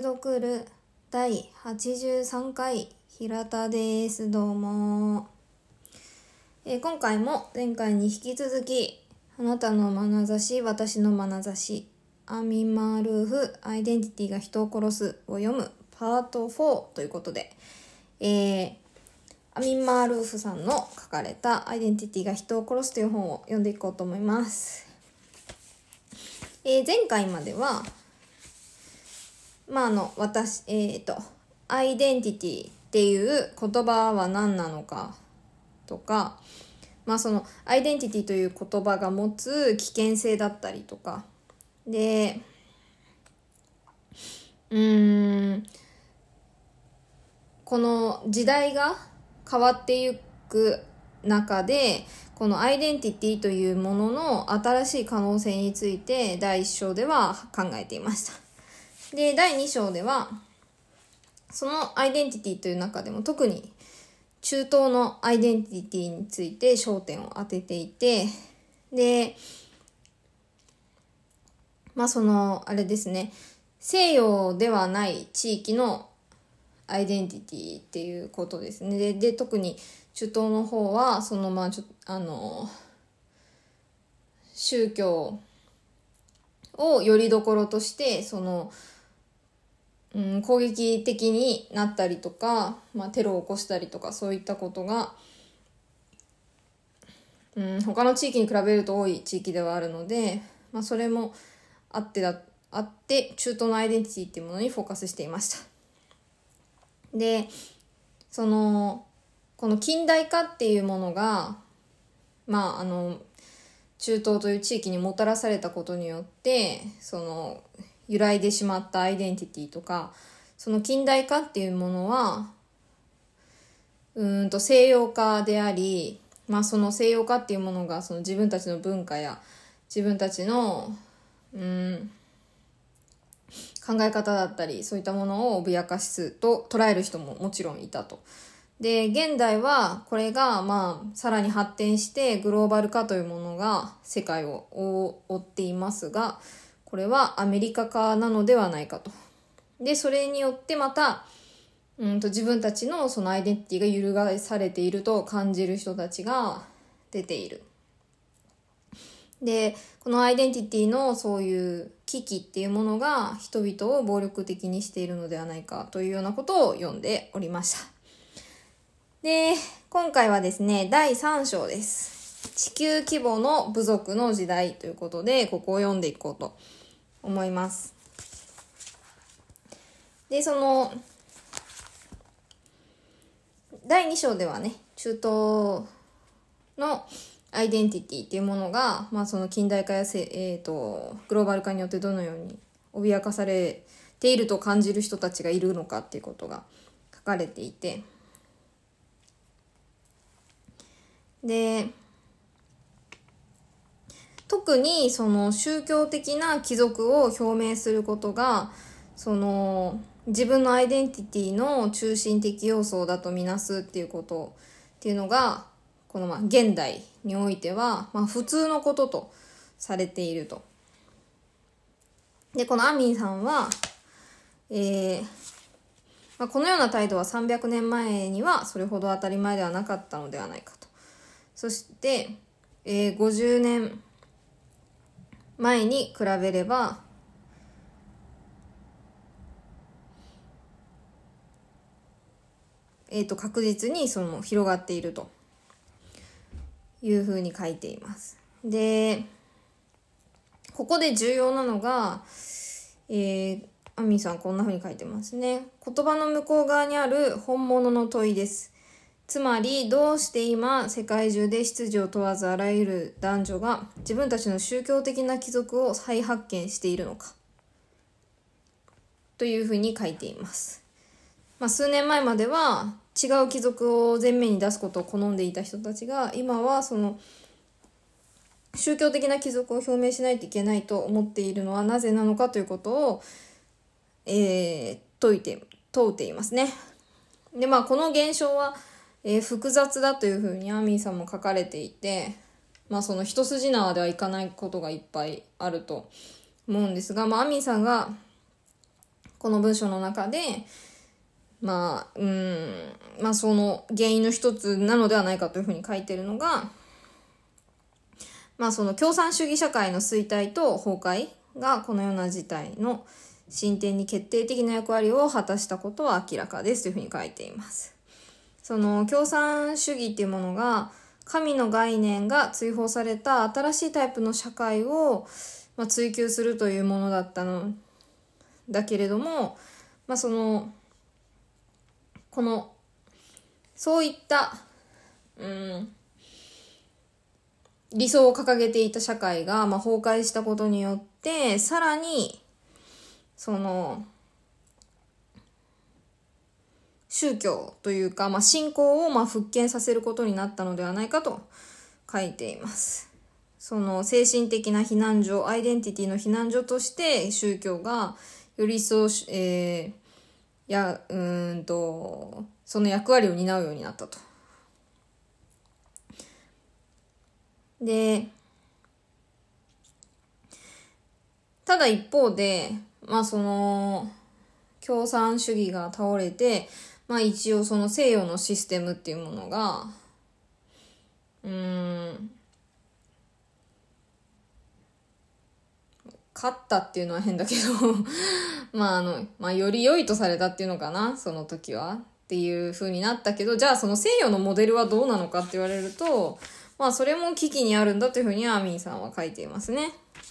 読る第83回平田です。どうも、今回も前回に引き続きあなたの眼差し私の眼差しアミマルーフアイデンティティが人を殺すを読むパート4ということで、アミマルーフさんの書かれたアイデンティティが人を殺すという本を読んでいこうと思います。前回まではアイデンティティっていう言葉は何なのかとか、そのアイデンティティという言葉が持つ危険性だったりとかで、この時代が変わっていく中で、このアイデンティティというものの新しい可能性について第1章では考えていました。で、第2章ではそのアイデンティティという中でも特に中東のアイデンティティについて焦点を当てていて、で、あれですね、西洋ではない地域のアイデンティティっていうことですね。で特に中東の方はその宗教をよりどころとして攻撃的になったりとか、テロを起こしたりとかそういったことが、他の地域に比べると多い地域ではあるので、それもあって中東のアイデンティティっていうものにフォーカスしていました。で、この近代化っていうものが中東という地域にもたらされたことによって揺らいでしまったアイデンティティとか、その近代化っていうものは西洋化であり、その西洋化っていうものがその自分たちの文化や自分たちの考え方だったりそういったものを脅かすと捉える人ももちろんいたと。で、現代はこれがさらに発展してグローバル化というものが世界を覆っていますが、これはアメリカ化なのではないかと。で、それによってまた自分たちのそのアイデンティティが揺るがされていると感じる人たちが出ている。で、このアイデンティティのそういう危機っていうものが人々を暴力的にしているのではないかというようなことを読んでおりました。で、今回はですね、第3章です。地球規模の部族の時代ということで、ここを読んでいこうと思います。で、第2章ではね、中東のアイデンティティっていうものが、その近代化やグローバル化によってどのように脅かされていると感じる人たちがいるのかっていうことが書かれていて、で、特にその宗教的な帰属を表明することが自分のアイデンティティの中心的要素だとみなすっていうことっていうのがこの現代においては普通のこととされていると。で、このアミンさんは、このような態度は300年前にはそれほど当たり前ではなかったのではないかと。そして、50年前に比べれば確実に広がっているというふうに書いています。で、ここで重要なのが、アミさんこんなふうに書いてますね。言葉の向こう側にある本物の問いです。つまり、どうして今世界中で出自を問わずあらゆる男女が自分たちの宗教的な帰属を再発見しているのかというふうに書いています。数年前までは違う帰属を前面に出すことを好んでいた人たちが、今はその宗教的な帰属を表明しないといけないと思っているのはなぜなのかということを、問うていますね。で、この現象は、複雑だというふうにアミーさんも書かれていて、その一筋縄ではいかないことがいっぱいあると思うんですが、アミーさんがこの文章の中で、その原因の一つなのではないかというふうに書いているのが、その共産主義社会の衰退と崩壊がこのような事態の進展に決定的な役割を果たしたことは明らかですというふうに書いています。その共産主義っていうものが、神の概念が追放された新しいタイプの社会を追求するというものだったのだけれども、そういった、理想を掲げていた社会が、崩壊したことによって、さらに宗教というか、信仰を復権させることになったのではないかと書いています。その精神的な避難所、アイデンティティの避難所として宗教がより一層、その役割を担うようになったと。で、ただ一方で、共産主義が倒れて、一応その西洋のシステムっていうものが、勝ったっていうのは変だけどより良いとされたっていうのかな、その時はっていう風になったけど、じゃあその西洋のモデルはどうなのかって言われると、それも危機にあるんだという風にアミンさんは書いていますね。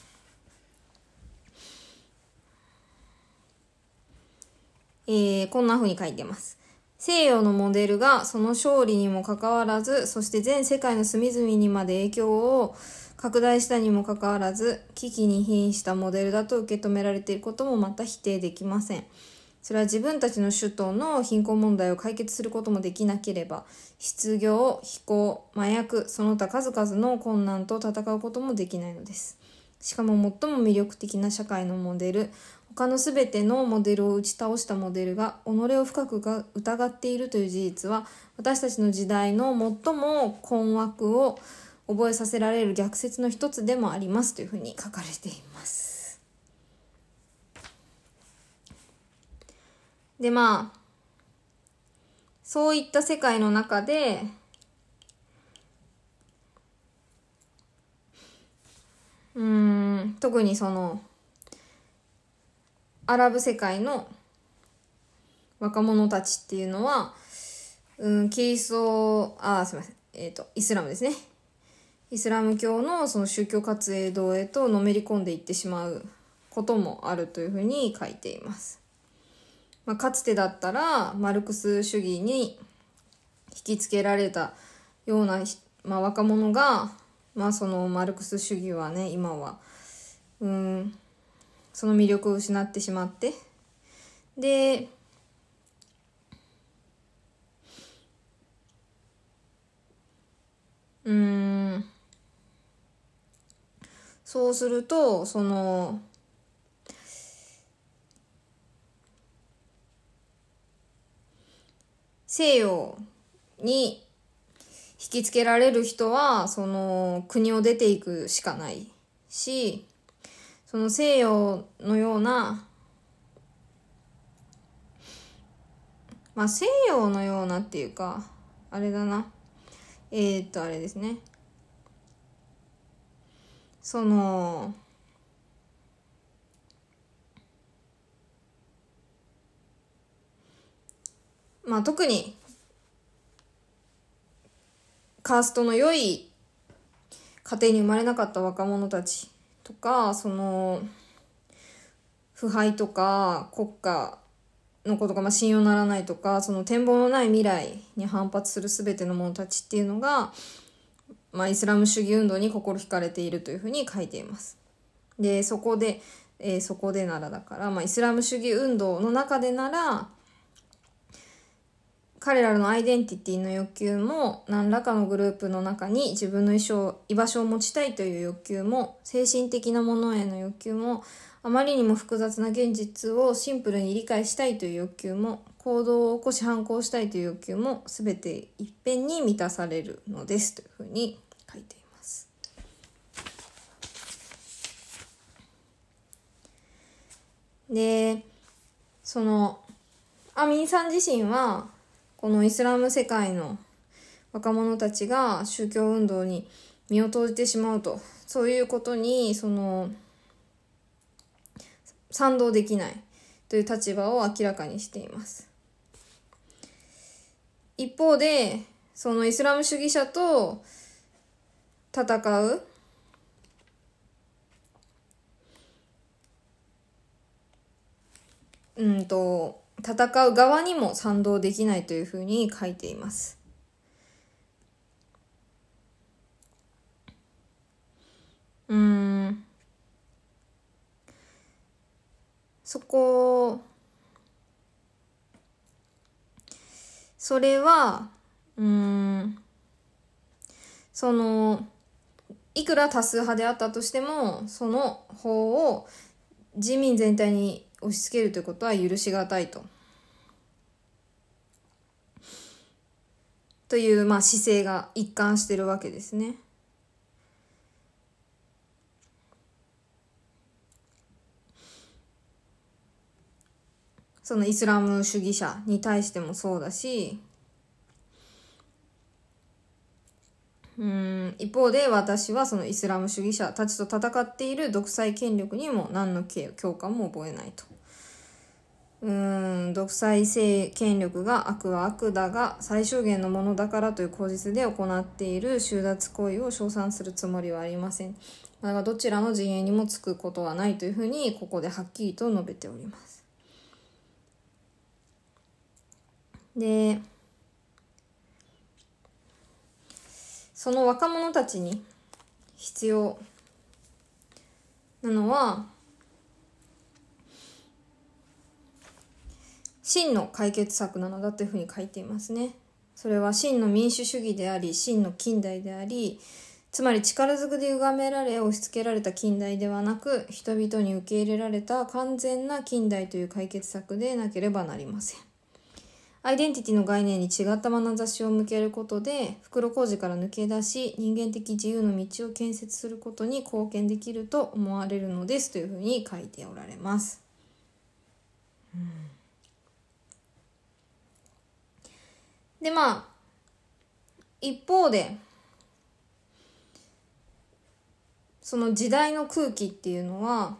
こんな風に書いてます。西洋のモデルがその勝利にもかかわらず、そして全世界の隅々にまで影響を拡大したにもかかわらず、危機に瀕したモデルだと受け止められていることもまた否定できません。それは自分たちの首都の貧困問題を解決することもできなければ、失業、非行、麻薬、その他数々の困難と戦うこともできないのです。しかも最も魅力的な社会のモデル、他のすべてのモデルを打ち倒したモデルが己を深く疑っているという事実は、私たちの時代の最も困惑を覚えさせられる逆説の一つでもありますというふうに書かれています。で、そういった世界の中で、特にそのアラブ世界の若者たちっていうのは、イスラムですね。イスラム教のその宗教活動へとのめり込んでいってしまうこともあるというふうに書いています。かつてだったらマルクス主義に引きつけられたような、若者が、そのマルクス主義はね、今はその魅力を失ってしまって、でそうすると、その西洋に引きつけられる人はその国を出ていくしかないし、その西洋のような、西洋のようなっていうか、あれだな、あれですね、その特にカーストの良い家庭に生まれなかった若者たちとか、その腐敗とか国家のことが信用ならないとか、その展望のない未来に反発する全ての者たちっていうのが、イスラム主義運動に心惹かれているというふうに書いています。で、そこでならだから、イスラム主義運動の中でなら、彼らのアイデンティティの欲求も、何らかのグループの中に自分の居場所を持ちたいという欲求も、精神的なものへの欲求も、あまりにも複雑な現実をシンプルに理解したいという欲求も、行動を起こし反抗したいという欲求も、すべていっぺんに満たされるのですというふうに書いています。で、 アミンさん自身はこのイスラム世界の若者たちが宗教運動に身を投じてしまうと、そういうことに賛同できないという立場を明らかにしています。一方でそのイスラム主義者と戦う戦う側にも賛同できないというふうに書いています。それはいくら多数派であったとしても、その法を人民全体に押し付けるということは許しがたいという、姿勢が一貫しているわけですね。そのイスラム主義者に対してもそうだし、一方で私はそのイスラム主義者たちと戦っている独裁権力にも何の共感も覚えないと。独裁権力が悪は悪だが最小限のものだからという口実で行っている収奪行為を称賛するつもりはありません。だからどちらの陣営にもつくことはないというふうにここではっきりと述べております。で、その若者たちに必要なのは真の解決策なのだというふうに書いていますね。それは真の民主主義であり、真の近代であり、つまり力ずくで歪められ押し付けられた近代ではなく、人々に受け入れられた完全な近代という解決策でなければなりません。アイデンティティの概念に違った眼差しを向けることで、袋小路から抜け出し、人間的自由の道を建設することに貢献できると思われるのですというふうに書いておられます。で、一方で、その時代の空気っていうのは、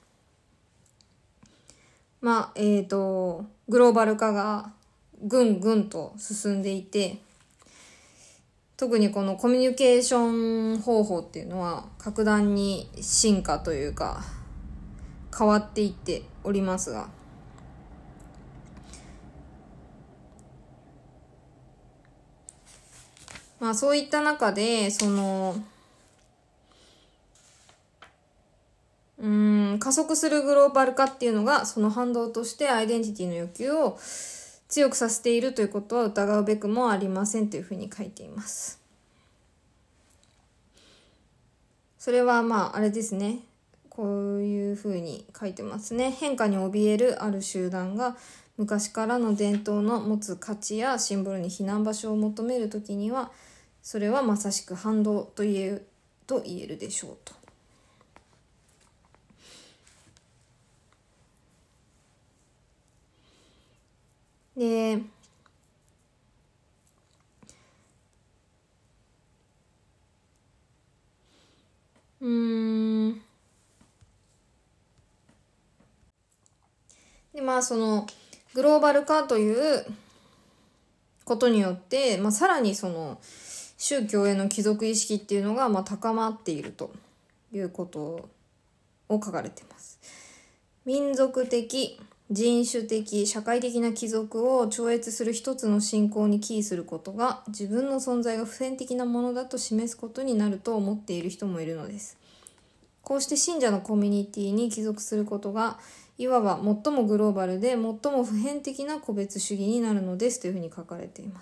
グローバル化がぐんぐんと進んでいて、特にこのコミュニケーション方法っていうのは格段に進化というか変わっていっておりますが、そういった中で加速するグローバル化っていうのがその反動としてアイデンティティの欲求を強くさせているということは疑うべくもありませんというふうに書いています。それはあれですね、こういうふうに書いてますね。変化に怯えるある集団が昔からの伝統の持つ価値やシンボルに避難場所を求めるときには、それはまさしく反動と言えるでしょうと。で、そのグローバル化ということによって、さらにその宗教への帰属意識っていうのが高まっているということを書かれています。民族的、人種的、社会的な帰属を超越する一つの信仰に帰依することが自分の存在が普遍的なものだと示すことになると思っている人もいるのです。こうして信者のコミュニティに帰属することがいわば最もグローバルで最も普遍的な個別主義になるのですというふうに書かれています。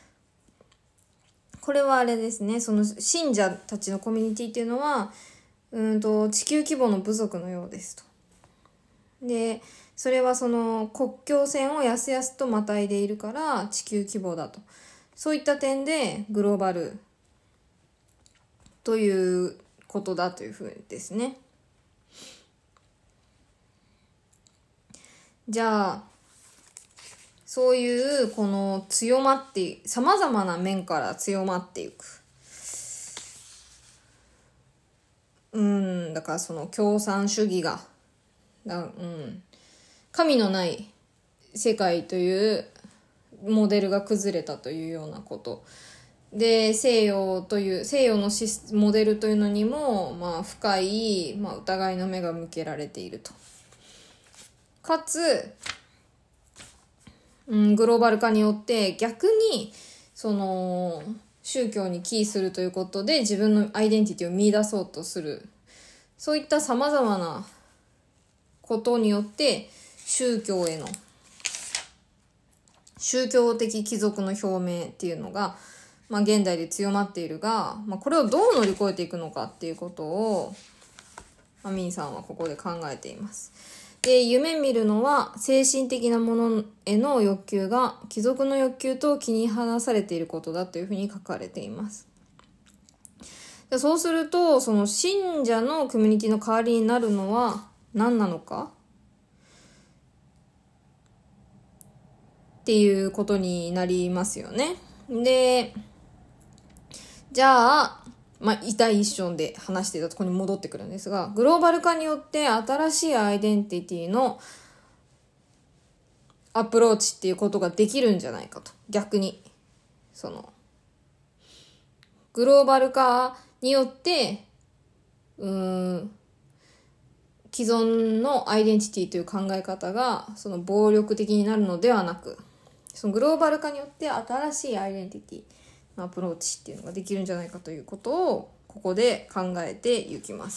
これはあれですね、その信者たちのコミュニティっていうのは地球規模の部族のようですと。で、それはその国境線をやすやすとまたいでいるから地球規模だと。そういった点でグローバルということだというふうですね。 じゃあそういうこの強まって様々な面から強まっていく、だからその共産主義が神のない世界というモデルが崩れたというようなことで、西洋のモデルというのにも、深い、疑いの目が向けられていると。かつ、グローバル化によって逆にその宗教に帰依するということで自分のアイデンティティを見出そうとする、そういった様々なことによって宗教的帰属の表明っていうのが、現代で強まっているが、これをどう乗り越えていくのかっていうことを、ミンさんはここで考えています。で、夢見るのは精神的なものへの欲求が帰属の欲求と切り離されていることだというふうに書かれています。で、そうすると、その信者のコミュニティの代わりになるのは何なのかっていうことになりますよね。で、じゃあ、第一章で話していたところに戻ってくるんですが、グローバル化によって新しいアイデンティティのアプローチっていうことができるんじゃないかと。逆に、グローバル化によって、既存のアイデンティティという考え方が、暴力的になるのではなく、そのグローバル化によって新しいアイデンティティのアプローチっていうのができるんじゃないかということをここで考えていきます。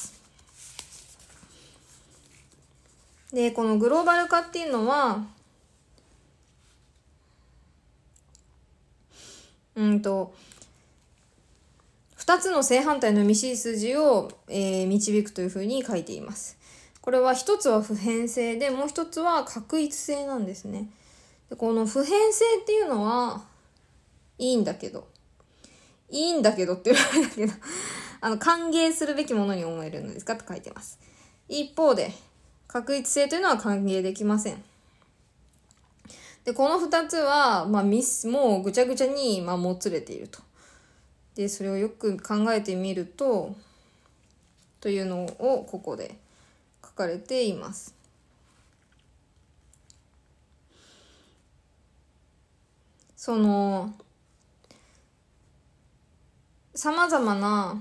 で、このグローバル化っていうのは2つの正反対の道筋を、導くというふうに書いています。これは一つは普遍性で、もう一つは確一性なんですね。で、この普遍性っていうのはいいんだけどって言われるんだけど歓迎するべきものに思えるのですかと書いてます。一方で確一性というのは歓迎できません。で、この二つは、もうぐちゃぐちゃに、もつれていると。で、それをよく考えてみると、というのをここで書かれています。様々な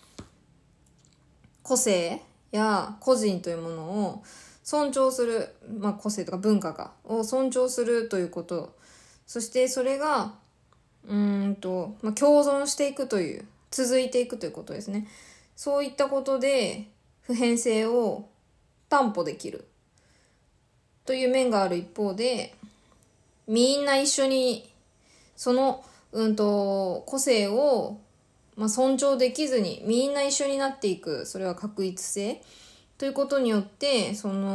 個性や個人というものを尊重する、個性とか文化を尊重するということ、そしてそれが共存していくという、続いていくということですね。そういったことで普遍性を担保できるという面がある一方で、みんな一緒にその個性を尊重できずにみんな一緒になっていく、それは確一性ということによって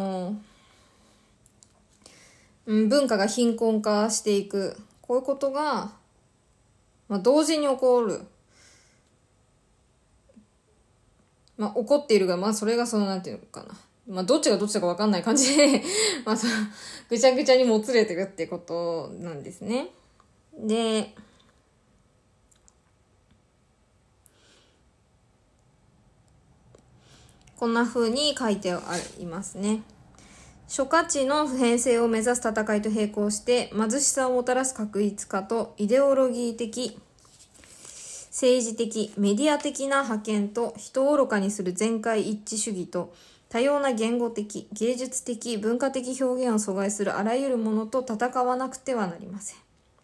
文化が貧困化していく、こういうことが、同時に起こる、起こっているが、それがなんていうのかな、どっちがどっちだか分かんない感じでぐちゃぐちゃにもつれてるってことなんですね。で、こんな風に書いてありますね。諸価値の普遍性を目指す戦いと並行して、貧しさをもたらす確一化とイデオロギー的、政治的、メディア的な覇権と人を愚かにする全会一致主義と多様な言語的、芸術的、文化的表現を阻害するあらゆるものと戦わなくてはなりません。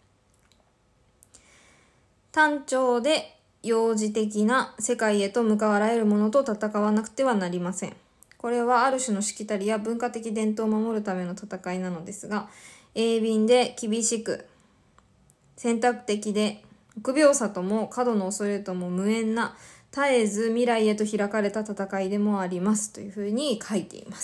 単調で幼児的な世界へと向かうあらゆるものと戦わなくてはなりません。これはある種のしきたりや文化的伝統を守るための戦いなのですが、鋭敏で厳しく、選択的で、臆病さとも過度の恐れとも無縁な、絶えず未来へと開かれた戦いでもありますというふうに書いています。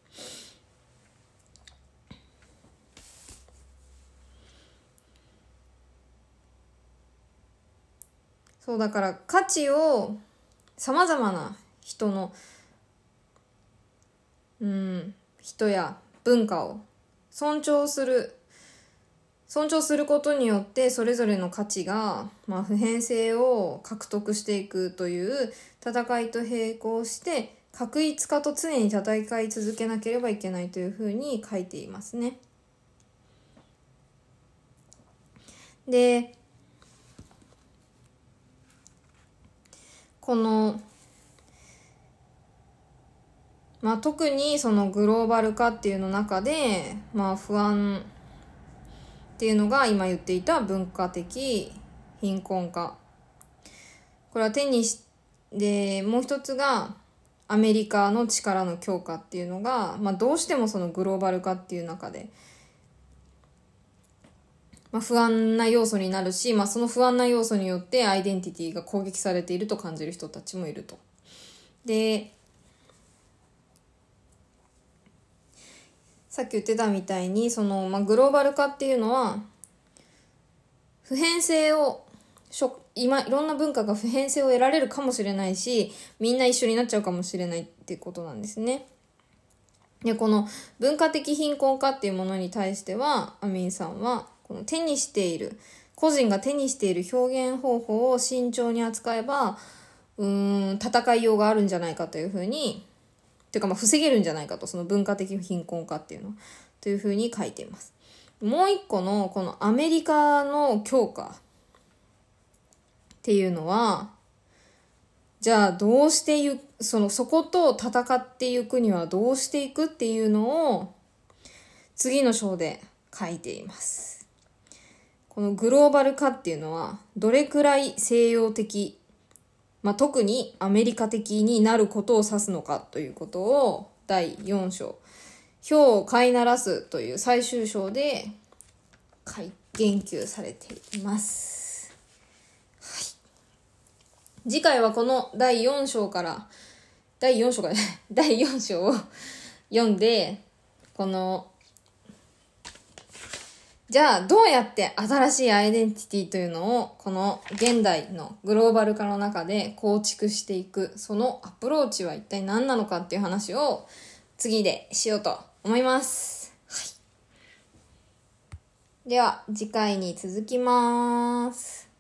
そうだから価値を様々な人や文化を尊重することによってそれぞれの価値が、普遍性を獲得していくという戦いと並行して画一化と常に戦い続けなければいけないというふうに書いていますね。で、この特にそのグローバル化っていうの中で、不安っていうのが今言っていた文化的貧困化。これは手にしてもう一つがアメリカの力の強化っていうのが、どうしてもそのグローバル化っていう中で、不安な要素になるし、その不安な要素によってアイデンティティが攻撃されていると感じる人たちもいると。で、さっき言ってたみたいにその、グローバル化っていうのは普遍性を今いろんな文化が普遍性を得られるかもしれないし、みんな一緒になっちゃうかもしれないってことなんですね。で、この文化的貧困化っていうものに対してはアミンさんはこの個人が手にしている表現方法を慎重に扱えば戦いようがあるんじゃないかというふうに、というか防げるんじゃないかと、その文化的貧困化っていうのというふうに書いています。もう一個のこのアメリカの強化っていうのは、じゃあどうしてそこと戦っていくにはどうしていくっていうのを次の章で書いています。このグローバル化っていうのはどれくらい西洋的、特にアメリカ的になることを指すのかということを第4章、票を飼いならすという最終章で言及されています。次回はこの第4章を読んで、じゃあどうやって新しいアイデンティティというのをこの現代のグローバル化の中で構築していく、そのアプローチは一体何なのかっていう話を次でしようと思います。では次回に続きます。